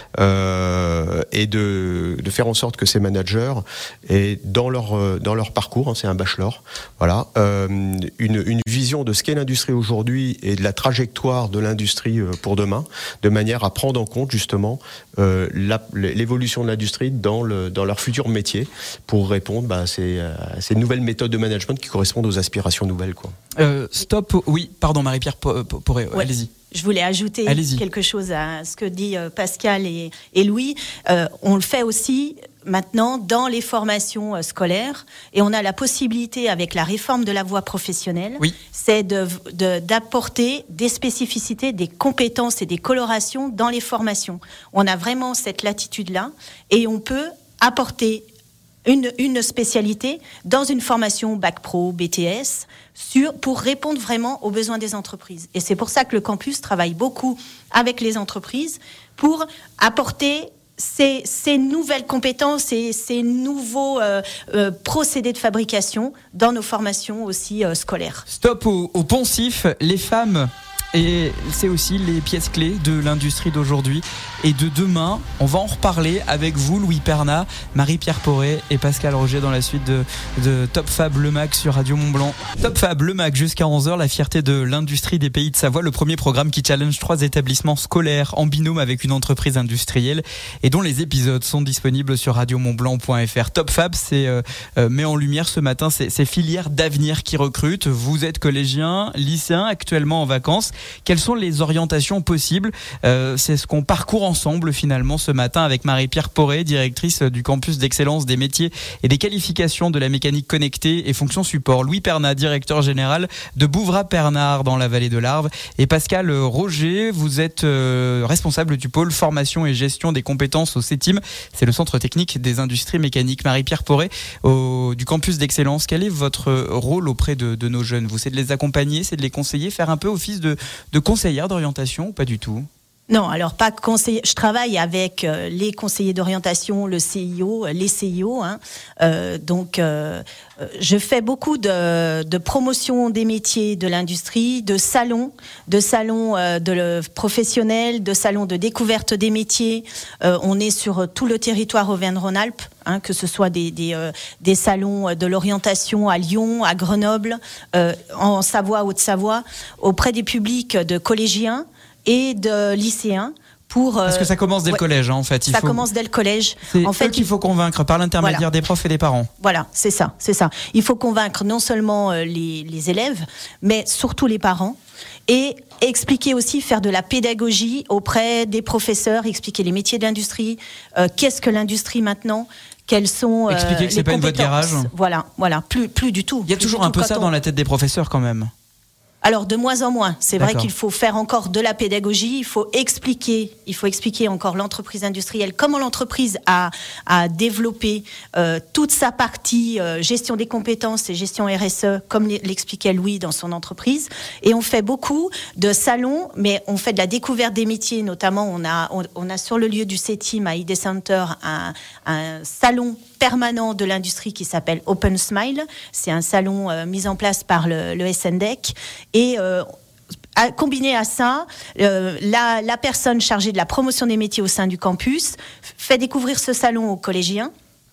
euh, et de, de faire en sorte que ces managers aient dans leur, euh, dans leur parcours, hein, c'est un bachelor, voilà, euh, une, une vision de ce qu'est l'industrie aujourd'hui et de la trajectoire de l'industrie pour demain, de manière à prendre en compte justement euh, la, l'évolution de l'industrie dans, le, dans leur futur métier, pour répondre bah, à, ces, à ces nouvelles méthodes de management qui correspondent aux aspirations nouvelles, quoi. Euh, stop, oui, pardon Marie-Pierre Poré, ouais, allez-y. Je voulais ajouter Allez-y. quelque chose à ce que dit Pascal et, et Louis. Euh, on le fait aussi maintenant dans les formations scolaires, et on a la possibilité, avec la réforme de la voie professionnelle, oui. c'est de, de, d'apporter des spécificités, des compétences et des colorations dans les formations. On a vraiment cette latitude-là, et on peut apporter Une, une spécialité dans une formation Bac Pro, B T S, sur, pour répondre vraiment aux besoins des entreprises. Et c'est pour ça que le campus travaille beaucoup avec les entreprises pour apporter ces, ces nouvelles compétences et ces nouveaux euh, euh, procédés de fabrication dans nos formations aussi euh, scolaires. Stop au, au poncif, les femmes. Et c'est aussi les pièces clés de l'industrie d'aujourd'hui et de demain. On va en reparler avec vous, Louis Perna, Marie-Pierre Poré et Pascal Roger, dans la suite de, de Top Fab Le Mac sur Radio Mont-Blanc. Top Fab Le Mac jusqu'à onze heures, la fierté de l'industrie des Pays de Savoie, le premier programme qui challenge trois établissements scolaires en binôme avec une entreprise industrielle, et dont les épisodes sont disponibles sur radio mont blanc point f r. Top Fab, c'est euh, euh, met en lumière ce matin ces, ces filières d'avenir qui recrutent. Vous êtes collégien, lycéen, actuellement en vacances. Quelles sont les orientations possibles? euh, C'est ce qu'on parcourt ensemble finalement ce matin avec Marie-Pierre Poré, directrice du campus d'excellence des métiers et des qualifications de la mécanique connectée et fonction support. Louis Perna, directeur général de Bouvrat-Pernard dans la vallée de l'Arve. Et Pascal Roger, vous êtes euh, responsable du pôle formation et gestion des compétences au CETIM. C'est le centre technique des industries mécaniques. Marie-Pierre Poré, au, du campus d'excellence, quel est votre rôle auprès de, de nos jeunes? Vous, c'est de les accompagner, c'est de les conseiller, faire un peu office de de conseillère d'orientation ou pas du tout? Non, alors pas conseiller. Je travaille avec euh, les conseillers d'orientation, le C I O, les C I O. Hein. Euh, donc, euh, je fais beaucoup de, de promotion des métiers de l'industrie, de salons, de salons euh, de le professionnels, de salons de découverte des métiers. Euh, on est sur tout le territoire Auvergne-Rhône-Alpes, hein, que ce soit des, des, euh, des salons de l'orientation à Lyon, à Grenoble, euh, en Savoie, Haute-Savoie, auprès des publics de collégiens et de lycéens, pour... Parce que ça commence dès ouais, le collège, hein, en fait. Il ça faut... commence dès le collège. C'est en eux fait, qu'il faut convaincre par l'intermédiaire voilà. des profs et des parents. Voilà, c'est ça, c'est ça. Il faut convaincre non seulement euh, les, les élèves, mais surtout les parents. Et expliquer aussi, faire de la pédagogie auprès des professeurs, expliquer les métiers de l'industrie, euh, qu'est-ce que l'industrie maintenant, quelles sont euh, expliquer que c'est pas une voie de garage. Voilà, voilà, plus, plus du tout. Il y a toujours un peu ça on... dans la tête des professeurs quand même. Alors de moins en moins, c'est D'accord. vrai qu'il faut faire encore de la pédagogie, il faut expliquer, il faut expliquer encore l'entreprise industrielle, comment l'entreprise a, a développé euh, toute sa partie euh, gestion des compétences et gestion R S E, comme l'expliquait Louis dans son entreprise. Et on fait beaucoup de salons, mais on fait de la découverte des métiers, notamment on a, on, on a sur le lieu du CETIM à I D Center un, un salon permanent de l'industrie qui s'appelle Open Smile. C'est un salon euh, mis en place par le, le S N D E C. Et euh, à, combiné à ça, euh, la, la personne chargée de la promotion des métiers au sein du campus fait découvrir ce salon aux collégiens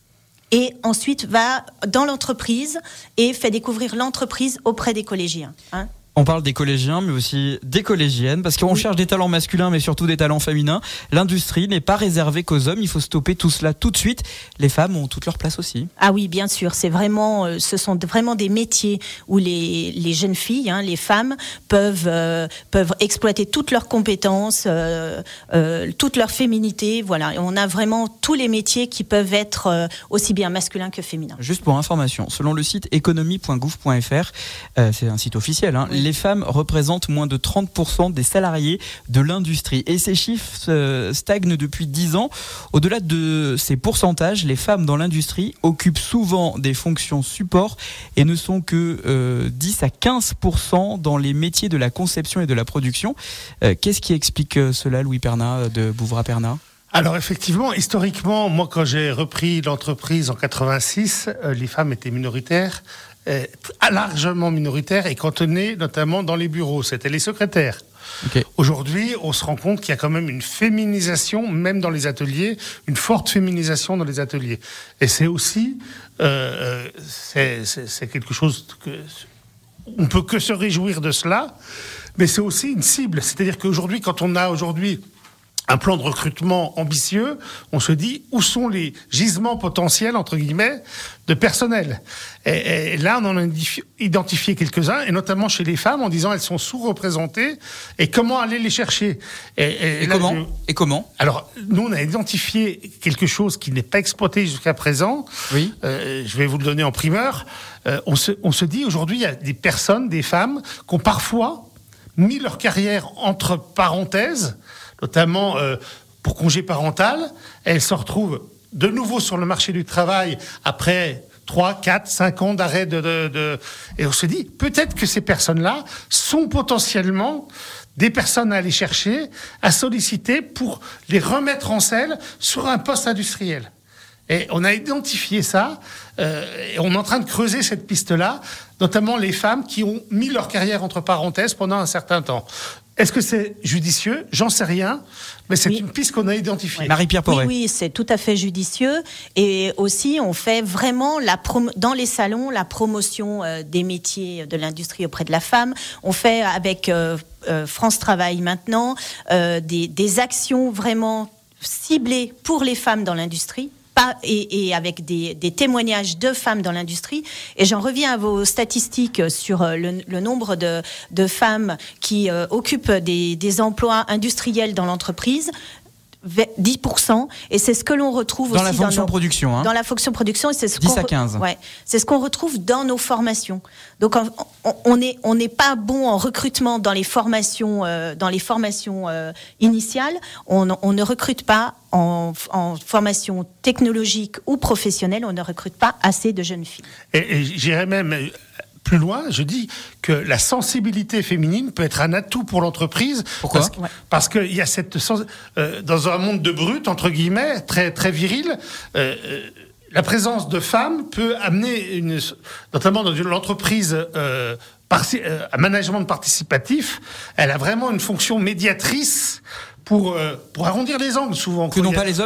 et ensuite va dans l'entreprise et fait découvrir l'entreprise auprès des collégiens. Hein. On parle des collégiens, mais aussi des collégiennes, parce qu'on oui. cherche des talents masculins, mais surtout des talents féminins. L'industrie n'est pas réservée qu'aux hommes. Il faut stopper tout cela tout de suite. Les femmes ont toute leur place aussi. Ah oui, bien sûr. C'est vraiment, ce sont vraiment des métiers où les, les jeunes filles, hein, les femmes, peuvent, euh, peuvent exploiter toutes leurs compétences, euh, euh, toute leur féminité. Voilà. Et on a vraiment tous les métiers qui peuvent être euh, aussi bien masculins que féminins. Juste pour information, selon le site économie point gouv point f r, euh, c'est un site officiel, hein, oui. les femmes représentent moins de trente pour cent des salariés de l'industrie. Et ces chiffres euh, stagnent depuis dix ans. Au-delà de ces pourcentages, les femmes dans l'industrie occupent souvent des fonctions support et ne sont que euh, dix à quinze pour cent dans les métiers de la conception et de la production. Euh, qu'est-ce qui explique cela, Louis Perna de Bouvrat-Perna ? Alors effectivement, historiquement, moi quand j'ai repris l'entreprise en quatre-vingt-six, euh, les femmes étaient minoritaires. Euh, largement minoritaires et cantonnées notamment dans les bureaux, c'était les secrétaires. Okay. Aujourd'hui, on se rend compte qu'il y a quand même une féminisation, même dans les ateliers, une forte féminisation dans les ateliers. Et c'est aussi, euh, c'est, c'est, c'est quelque chose que on peut que se réjouir de cela, mais c'est aussi une cible. C'est-à-dire qu'aujourd'hui, quand on a aujourd'hui un plan de recrutement ambitieux, on se dit où sont les gisements potentiels, entre guillemets, de personnel. Et, et là, on en a identifié quelques-uns, et notamment chez les femmes, en disant elles sont sous-représentées, et comment aller les chercher. Et, et, et, là, comment je... et comment Alors, nous, on a identifié quelque chose qui n'est pas exploité jusqu'à présent. Oui. Euh, je vais vous le donner en primeur. Euh, on, se, on se dit, aujourd'hui, il y a des personnes, des femmes, qui ont parfois mis leur carrière entre parenthèses, notamment euh, pour congé parental. Elles se retrouvent de nouveau sur le marché du travail après trois, quatre, cinq ans d'arrêt de, de, de... Et on se dit, peut-être que ces personnes-là sont potentiellement des personnes à aller chercher, à solliciter pour les remettre en selle sur un poste industriel. Et on a identifié ça, euh, et on est en train de creuser cette piste-là, notamment les femmes qui ont mis leur carrière entre parenthèses pendant un certain temps. Est-ce que c'est judicieux ? J'en sais rien, mais c'est oui. une piste qu'on a identifiée. Oui. Marie-Pierre Porret. Oui, oui, c'est tout à fait judicieux. Et aussi, on fait vraiment, la prom- dans les salons, la promotion euh, des métiers de l'industrie auprès de la femme. On fait avec euh, euh, France Travail maintenant euh, des, des actions vraiment ciblées pour les femmes dans l'industrie. Pas, et, et avec des, des témoignages de femmes dans l'industrie. Et j'en reviens à vos statistiques sur le, le nombre de, de femmes qui euh, occupent des, des emplois industriels dans l'entreprise. dix pour cent, et c'est ce que l'on retrouve dans aussi la fonction dans nos, production, hein. dans la fonction production, et c'est ce dix qu'on à quinze. Re, ouais, c'est ce qu'on retrouve dans nos formations. Donc on, on est on n'est pas bon en recrutement dans les formations euh, dans les formations euh, initiales. On, on ne recrute pas en, en formation technologique ou professionnelle. On ne recrute pas assez de jeunes filles. Et, et j'irais même plus loin, je dis que la sensibilité féminine peut être un atout pour l'entreprise. Pourquoi ? Parce, ouais. parce qu'il y a cette sens, euh, dans un monde de brut, entre guillemets, très très viril, euh, la présence de femmes peut amener, une, notamment dans une entreprise euh, par, euh, à management participatif, elle a vraiment une fonction médiatrice pour euh, pour arrondir les angles souvent. Que n'ont pas les hommes ?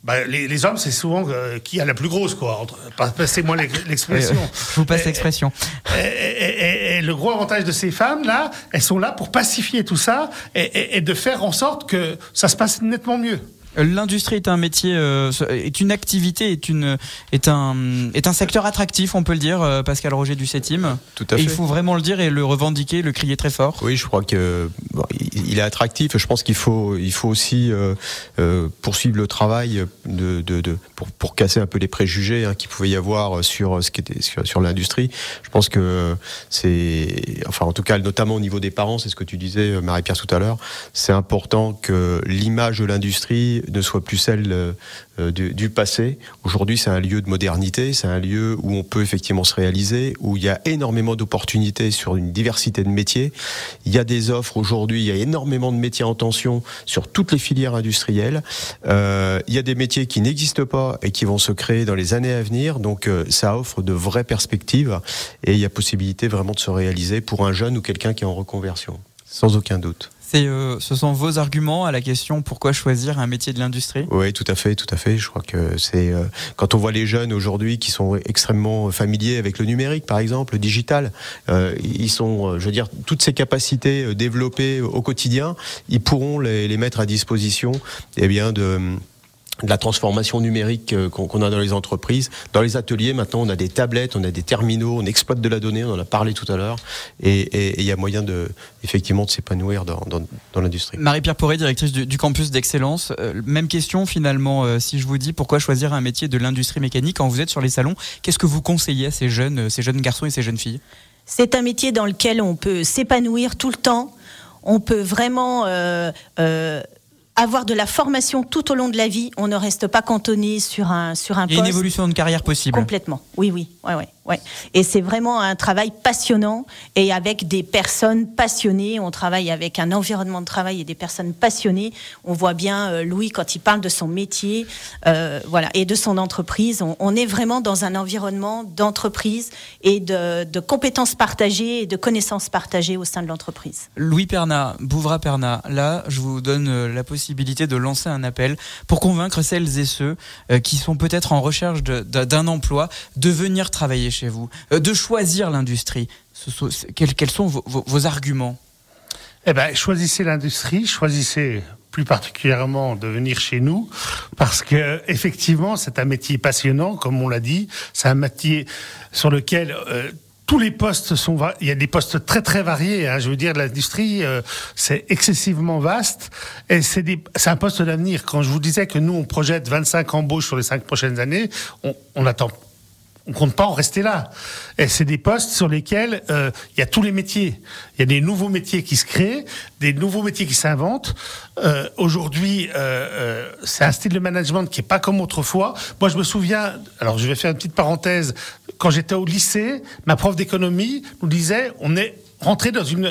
bah, les, les hommes, c'est souvent euh, qui a la plus grosse, quoi. Entre, passez-moi l'expression. Euh, je vous passe et, l'expression. Et, et, et, et le gros avantage de ces femmes-là, elles sont là pour pacifier tout ça et, et, et de faire en sorte que ça se passe nettement mieux. L'industrie est un métier, euh, est une activité, est une, est un, est un secteur attractif, on peut le dire, euh, Pascal Roger du Septime. Tout à fait. Et il faut vraiment le dire et le revendiquer, le crier très fort. Oui, je crois que bon, il est attractif. Je pense qu'il faut, il faut aussi euh, euh, poursuivre le travail de, de, de pour, pour casser un peu les préjugés hein, qu'il pouvait y avoir sur ce qui était sur, sur l'industrie. Je pense que c'est, enfin en tout cas notamment au niveau des parents, c'est ce que tu disais Marie-Pierre tout à l'heure. C'est important que l'image de l'industrie ne soit plus celle euh, du, du passé. Aujourd'hui, c'est un lieu de modernité, c'est un lieu où on peut effectivement se réaliser, où il y a énormément d'opportunités sur une diversité de métiers. Il y a des offres aujourd'hui, il y a énormément de métiers en tension sur toutes les filières industrielles. Euh, il y a des métiers qui n'existent pas et qui vont se créer dans les années à venir. Donc, euh, ça offre de vraies perspectives et il y a possibilité vraiment de se réaliser pour un jeune ou quelqu'un qui est en reconversion, sans aucun doute. C'est, euh, ce sont vos arguments à la question pourquoi choisir un métier de l'industrie ? Oui, tout à fait, tout à fait. Je crois que c'est euh, quand on voit les jeunes aujourd'hui qui sont extrêmement familiers avec le numérique, par exemple, le digital, euh, ils sont, je veux dire, toutes ces capacités développées au quotidien, ils pourront les, les mettre à disposition, eh bien de de la transformation numérique qu'on, qu'on a dans les entreprises. Dans les ateliers, maintenant, on a des tablettes, on a des terminaux, on exploite de la donnée, on en a parlé tout à l'heure, et il y a moyen de, effectivement, de s'épanouir dans, dans, dans l'industrie. Marie-Pierre Poré, directrice du, du campus d'excellence. Euh, même question, finalement, euh, si je vous dis pourquoi choisir un métier de l'industrie mécanique quand vous êtes sur les salons, qu'est-ce que vous conseillez à ces jeunes, ces jeunes garçons et ces jeunes filles ? C'est un métier dans lequel on peut s'épanouir tout le temps, on peut vraiment... Euh, euh, avoir de la formation tout au long de la vie, on ne reste pas cantonné sur un sur un poste. Il y a une évolution de carrière possible. Complètement. Oui, oui, ouais, ouais, ouais. Et c'est vraiment un travail passionnant et avec des personnes passionnées. On travaille avec un environnement de travail et des personnes passionnées. On voit bien euh, Louis quand il parle de son métier, euh, voilà, et de son entreprise. On, on est vraiment dans un environnement d'entreprise et de, de compétences partagées et de connaissances partagées au sein de l'entreprise. Louis Perna, Bouvra Perna, là, je vous donne euh, la possibilité de lancer un appel pour convaincre celles et ceux euh, qui sont peut-être en recherche de, de, d'un emploi de venir travailler chez vous, euh, de choisir l'industrie. Ce sont, quels, quels sont vos, vos, vos arguments ? Eh ben, choisissez l'industrie, choisissez plus particulièrement de venir chez nous, parce que effectivement, c'est un métier passionnant, comme on l'a dit. C'est un métier sur lequel euh, tous les postes sont, il y a des postes très très variés. Hein, je veux dire, l'industrie, euh, c'est excessivement vaste et c'est, des, c'est un poste d'avenir. Quand je vous disais que nous on projette vingt-cinq embauches sur les cinq prochaines années, on, on attend. On compte pas en rester là. Et c'est des postes sur lesquels euh, il y a tous les métiers. Il y a des nouveaux métiers qui se créent, des nouveaux métiers qui s'inventent. Euh, aujourd'hui, euh, euh, c'est un style de management qui est pas comme autrefois. Moi, je me souviens. Alors, je vais faire une petite parenthèse. Quand j'étais au lycée, ma prof d'économie nous disait, on est rentré dans une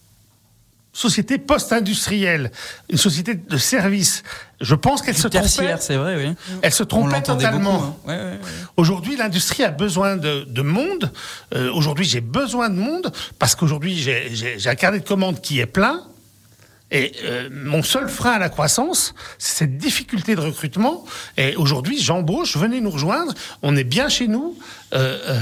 société post-industrielle, une société de services. Je pense qu'elle se trompait. C'est vrai, oui. Elle se trompait totalement. Beaucoup, hein. ouais, ouais, ouais. Aujourd'hui, l'industrie a besoin de, de monde. Euh, aujourd'hui, j'ai besoin de monde parce qu'aujourd'hui, j'ai, j'ai, j'ai un carnet de commandes qui est plein. Et euh, mon seul frein à la croissance, c'est cette difficulté de recrutement. Et aujourd'hui, j'embauche, venez nous rejoindre. On est bien chez nous. Euh, euh,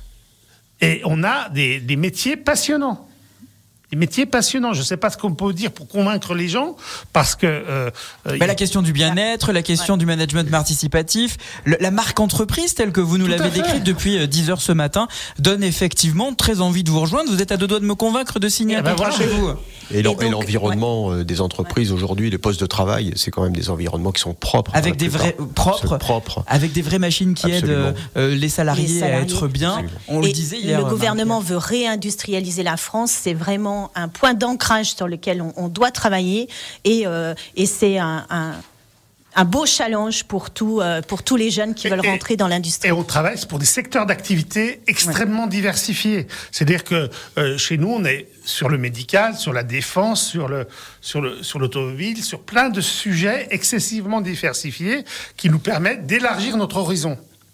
et on a des, des métiers passionnants. Des métiers passionnants. Je ne sais pas ce qu'on peut dire pour convaincre les gens, parce que... Euh, bah, a... La question du bien-être, la question ouais. du management participatif, le, la marque entreprise telle que vous nous Tout l'avez décrite depuis dix heures ce matin, donne effectivement très envie de vous rejoindre. Vous êtes à deux doigts de me convaincre de signer un ben contrat voilà. chez vous. Et, l'en, et, donc, et l'environnement ouais. des entreprises aujourd'hui, les postes de travail, c'est quand même des environnements qui sont propres. Avec des vrais propres, propres, avec des vraies machines qui Absolument. aident euh, les, salariés les salariés à être bien. Absolument. On et le disait hier. Le gouvernement veut réindustrialiser la France. C'est vraiment un point d'ancrage sur lequel on, on doit travailler et, euh, et c'est un, un, un beau challenge pour, tout, euh, pour tous les jeunes qui et, veulent rentrer dans l'industrie. Et on travaille pour des secteurs d'activité extrêmement ouais. diversifiés. C'est-à-dire que euh, chez nous, on est sur le médical, sur la défense, sur, le, sur, le, sur l'automobile, sur plein de sujets excessivement diversifiés qui nous permettent d'élargir notre horizon.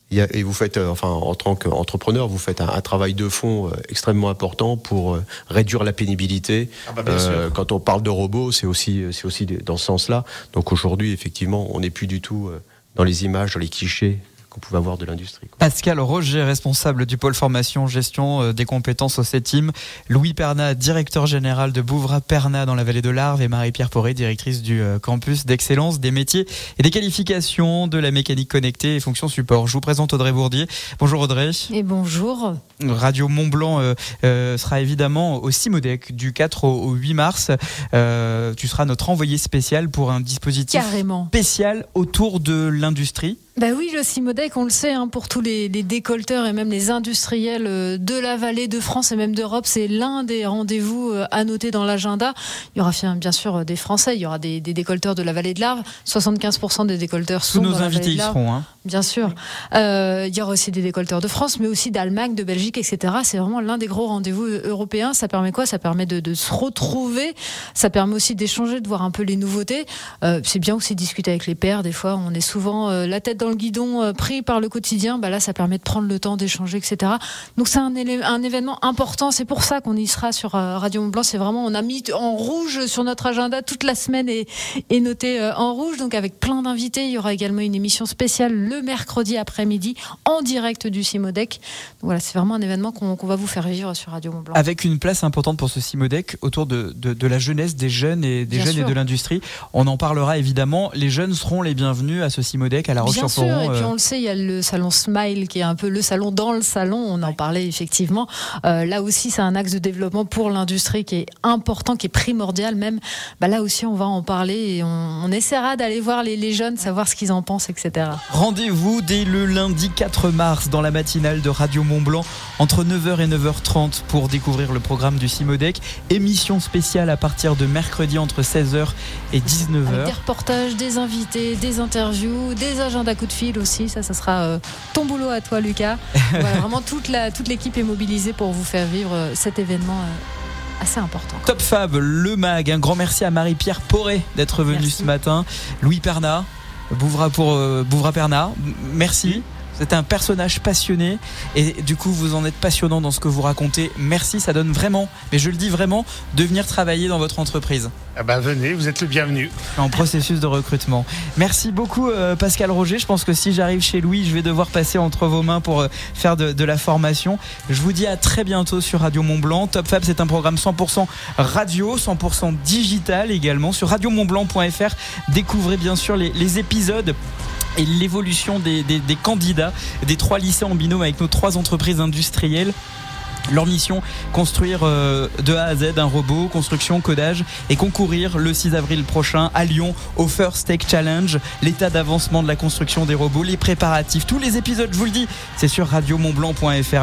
Et vous faites, enfin, en tant qu'entrepreneur, vous faites un, un travail de fond extrêmement important pour réduire la pénibilité. Ah bah bien euh, sûr. Quand on parle de robots, c'est aussi, c'est aussi dans ce sens-là. Donc aujourd'hui, effectivement, on n'est plus du tout dans les images, dans les clichés qu'on pouvait avoir de l'industrie. Pascal Roger, responsable du pôle formation gestion des compétences au CETIM, Louis Pernat, directeur général de Bouvra Pernat dans la vallée de l'Arve, et Marie-Pierre Poré, directrice du campus d'excellence des métiers et des qualifications de la mécanique connectée et fonction support. Je vous présente Audrey Bourdier. Bonjour Audrey. Et bonjour. Radio Mont-Blanc euh, euh, sera évidemment au CIMODEC du quatre au huit mars. Euh, tu seras notre envoyé spécial pour un dispositif Carrément. spécial autour de l'industrie. Bah oui, le CIMODEC, on le sait, hein, pour tous les, les décolteurs et même les industriels de la vallée de France et même d'Europe, c'est l'un des rendez-vous à noter dans l'agenda. Il y aura bien sûr des Français, il y aura des, des décolteurs de la vallée de l'Arve. soixante-quinze pour cent des décolteurs sont Tous nos dans la invités vallée de y l'Arve. seront. Hein. Bien sûr. Euh, il y aura aussi des décolteurs de France, mais aussi d'Allemagne, de Belgique, et cetera. C'est vraiment l'un des gros rendez-vous européens. Ça permet quoi ? Ça permet de, de se retrouver. Ça permet aussi d'échanger, de voir un peu les nouveautés. Euh, c'est bien aussi de discuter avec les pairs. Des fois, on est souvent euh, la tête dans le guidon, euh, pris par le quotidien. Bah là, ça permet de prendre le temps d'échanger, et cetera. Donc c'est un, élé- un événement important. C'est pour ça qu'on y sera sur euh, Radio Mont-Blanc. C'est vraiment, on a mis en rouge sur notre agenda toute la semaine et, et noté euh, en rouge. Donc avec plein d'invités. Il y aura également une émission spéciale le mercredi après-midi en direct du CIMODEC. Donc voilà, c'est vraiment un événement qu'on, qu'on va vous faire vivre sur Radio Mont-Blanc. Avec une place importante pour ce CIMODEC autour de, de, de la jeunesse, des jeunes et des Bien jeunes sûr. et de l'industrie. On en parlera évidemment. Les jeunes seront les bienvenus à ce CIMODEC à La Bien sûr, Roche-sur-Foron. et puis euh, on le sait, il y a le salon Smile qui est un peu le salon dans le salon, on en parlait effectivement. Euh, là aussi, c'est un axe de développement pour l'industrie qui est important, qui est primordial même. Bah, là aussi, on va en parler et on, on essaiera d'aller voir les, les jeunes, savoir ce qu'ils en pensent, et cetera. Rendez-vous dès le lundi quatre mars dans la matinale de Radio Mont-Blanc entre neuf heures et neuf heures trente pour découvrir le programme du CIMODEC. Émission spéciale à partir de mercredi entre seize heures et dix-neuf Avec heures. des reportages, des invités, des interviews, des agendas coup de fil aussi. Ça, ça sera euh, ton boulot à toi, Lucas. Voilà, vraiment, toute, la, toute l'équipe est mobilisée pour vous faire vivre euh, cet événement euh, assez important. Top Fab, le mag. Un grand merci à Marie-Pierre Poré d'être venue Merci. ce matin. Louis Pernat, Bouvra pour euh, Bouvra Pernat. Merci. C'est un personnage passionné et du coup vous en êtes passionnant dans ce que vous racontez. Merci, ça donne vraiment, mais je le dis vraiment, de venir travailler dans votre entreprise. Ah ben venez, vous êtes le bienvenu. En processus de recrutement. Merci beaucoup euh, Pascal Roger. Je pense que si j'arrive chez Louis, je vais devoir passer entre vos mains pour euh, faire de, de la formation. Je vous dis à très bientôt sur Radio Mont-Blanc. Top Fab, c'est un programme cent pour cent radio, cent pour cent digital également. Sur radio mont blanc point f r, découvrez bien sûr les, les épisodes et l'évolution des, des, des candidats des trois lycées en binôme avec nos trois entreprises industrielles. Leur mission, construire euh, de A à Z un robot, construction, codage et concourir le six avril prochain à Lyon au First Tech Challenge, l'état d'avancement de la construction des robots, les préparatifs, tous les épisodes, je vous le dis, c'est sur radio mont blanc point f r.